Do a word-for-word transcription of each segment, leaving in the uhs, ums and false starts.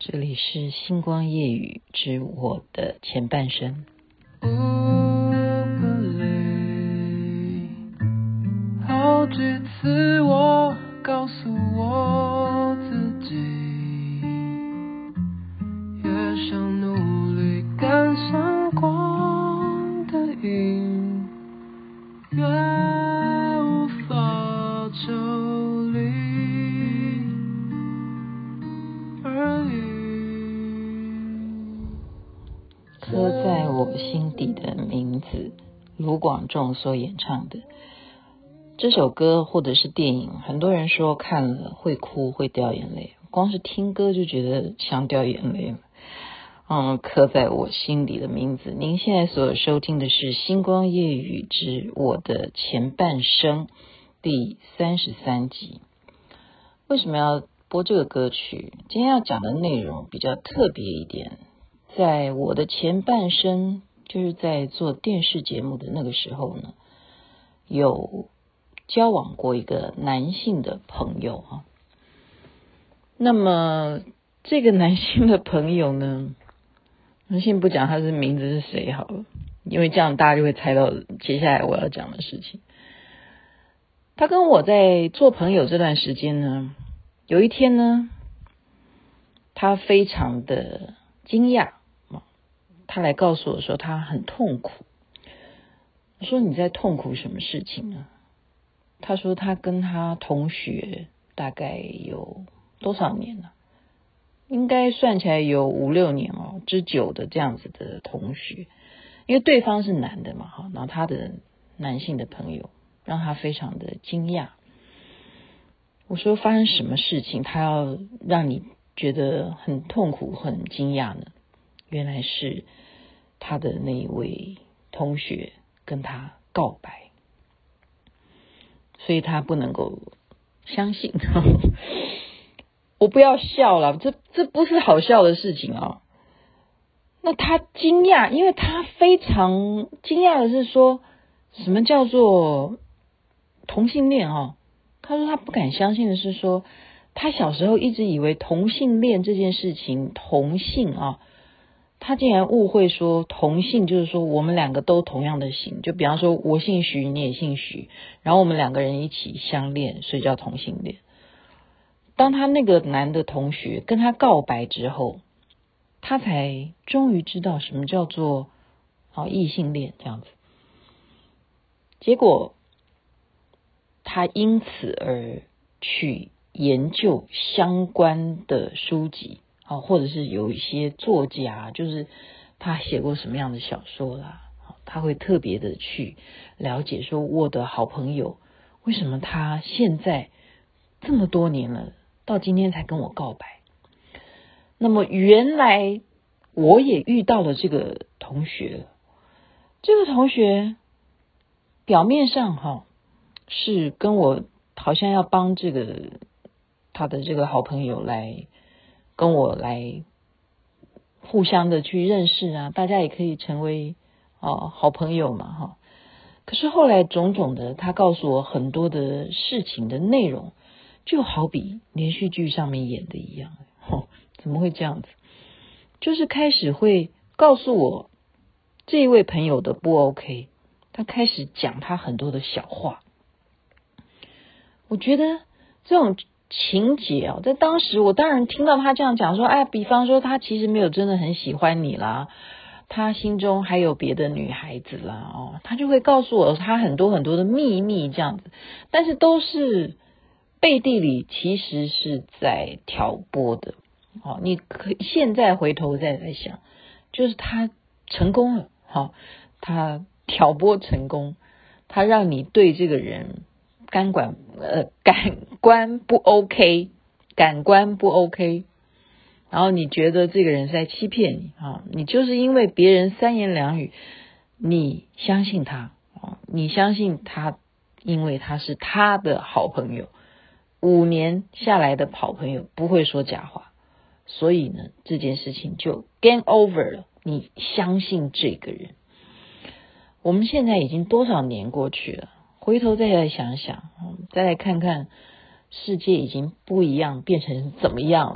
这里是星光夜语之我的前半生。 好几次我告诉我自己，越想努力赶上光的影，越无法抽离而已。 刻在我心底的名字，卢广仲所演唱的这首歌或者是电影，很多人说看了会哭会掉眼泪，光是听歌就觉得想掉眼泪了。嗯，刻在我心底的名字。您现在所收听的是星光夜语之我的前半生第三十三集。为什么要播这个歌曲？今天要讲的内容比较特别一点。在我的前半生，就是在做电视节目的那个时候呢，有交往过一个男性的朋友啊。那么这个男性的朋友呢，我先不讲他的名字是谁好了，因为这样大家就会猜到接下来我要讲的事情。他跟我在做朋友这段时间呢，有一天呢，他非常的惊讶，他来告诉我说他很痛苦。我说你在痛苦什么事情呢？他说他跟他同学大概有多少年了？应该算起来有五六年哦之久的这样子的同学，因为对方是男的嘛，哈，然后他的男性的朋友让他非常的惊讶。我说发生什么事情，他要让你觉得很痛苦、很惊讶呢？原来是他的那一位同学跟他告白，所以他不能够相信。我不要笑了，这这不是好笑的事情啊。那他惊讶，因为他非常惊讶的是说，什么叫做同性恋啊？他说他不敢相信的是说，他小时候一直以为同性恋这件事情，同性啊，他竟然误会说同性就是说我们两个都同样的姓，就比方说我姓徐你也姓徐，然后我们两个人一起相恋，所以叫同性恋。当他那个男的同学跟他告白之后，他才终于知道什么叫做啊异性恋这样子。结果他因此而去研究相关的书籍啊，或者是有一些作家，就是他写过什么样的小说啦，他会特别的去了解说我的好朋友为什么他现在这么多年了到今天才跟我告白。那么原来我也遇到了这个同学，这个同学表面上哈是跟我好像要帮这个他的这个好朋友来跟我来互相的去认识啊，大家也可以成为哦好朋友嘛哈。可是后来种种的，他告诉我很多的事情的内容，就好比连续剧上面演的一样，哦，怎么会这样子？就是开始会告诉我这一位朋友的不 OK， 他开始讲他很多的小话。我觉得这种情节啊，在当时我当然听到他这样讲说，哎，比方说他其实没有真的很喜欢你啦，他心中还有别的女孩子啦，哦，他就会告诉我他很多很多的秘密这样子，但是都是背地里其实是在挑拨的。哦，你可现在回头再来想，就是他成功了，好，他挑拨成功，他让你对这个人感官呃感官不 OK， 感官不 OK， 然后你觉得这个人是在欺骗你啊，你就是因为别人三言两语，你相信他啊，你相信他，因为他是他的好朋友，五年下来的好朋友不会说假话。所以呢，这件事情就 game over 了，你相信这个人。我们现在已经多少年过去了，回头再来想想，再来看看世界已经不一样，变成怎么样了。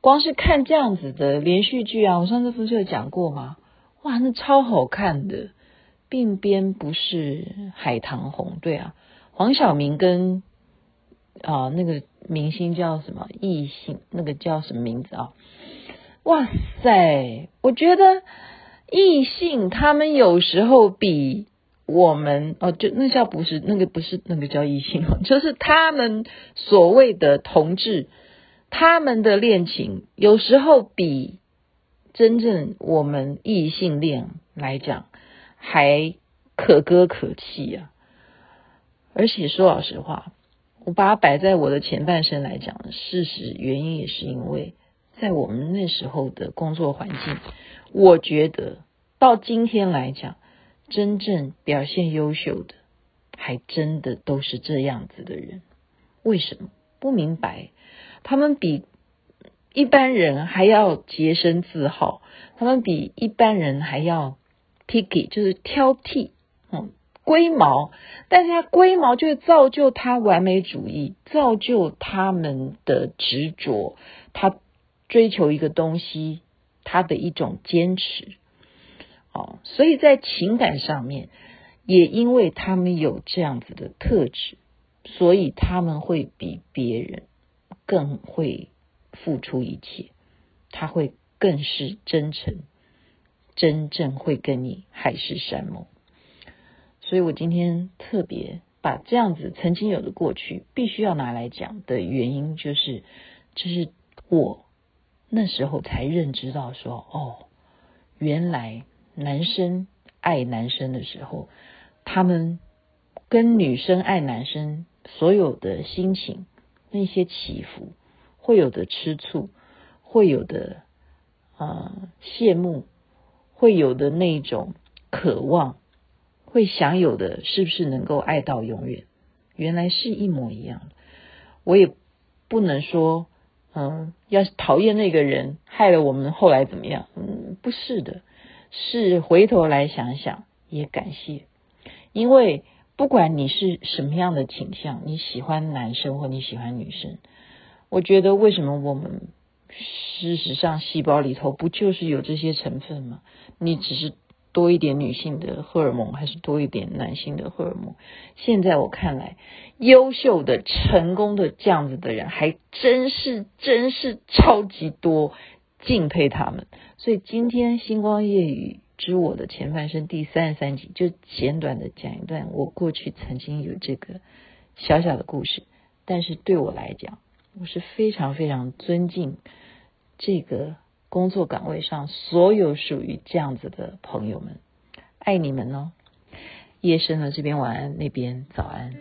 光是看这样子的连续剧啊，我上次不是有讲过吗？哇，那超好看的。鬓边不是海棠红，对啊，黄晓明跟啊、呃、那个明星叫什么异性，那个叫什么名字啊？哇塞，我觉得异性他们有时候比我们哦，就那叫不是那个不是那个叫异性哦，就是他们所谓的同志，他们的恋情有时候比真正我们异性恋来讲还可歌可泣啊！而且说老实话，我把它摆在我的前半生来讲，事实原因也是因为在我们那时候的工作环境，我觉得到今天来讲，真正表现优秀的还真的都是这样子的人。为什么？不明白。他们比一般人还要洁身自好，他们比一般人还要 picky， 就是挑剔，嗯，龟毛，但是他龟毛就会造就他完美主义，造就他们的执着，他追求一个东西，他的一种坚持。哦，所以在情感上面，也因为他们有这样子的特质，所以他们会比别人更会付出一切，他会更是真诚，真正会跟你海誓山盟。所以我今天特别把这样子曾经有的过去必须要拿来讲的原因，就是这是我那时候才认知到说，哦，原来男生爱男生的时候，他们跟女生爱男生所有的心情，那些起伏，会有的吃醋，会有的呃羡慕，会有的那种渴望，会想有的是不是能够爱到永远，原来是一模一样的。我也不能说嗯，要是讨厌那个人害了我们后来怎么样，嗯，不是的，是回头来想想也感谢。因为不管你是什么样的倾向，你喜欢男生或你喜欢女生，我觉得为什么我们事实上细胞里头不就是有这些成分吗？你只是多一点女性的荷尔蒙，还是多一点男性的荷尔蒙？现在我看来，优秀的成功的这样子的人还真是真是超级多，敬佩他们。所以今天星光夜语之我的前半生第三十三集，就简短的讲一段我过去曾经有这个小小的故事，但是对我来讲，我是非常非常尊敬这个工作岗位上所有属于这样子的朋友们，爱你们哦！夜深了，这边晚安，那边早安。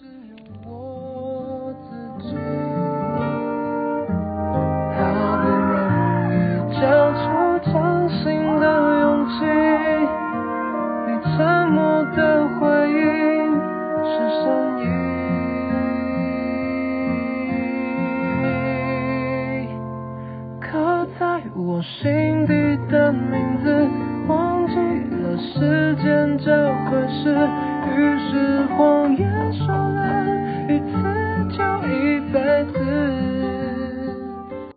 好不容易交出掌心的勇气，你沉默的回应是善意。刻在我心底的名字，忘记了时间这回事，于是谎言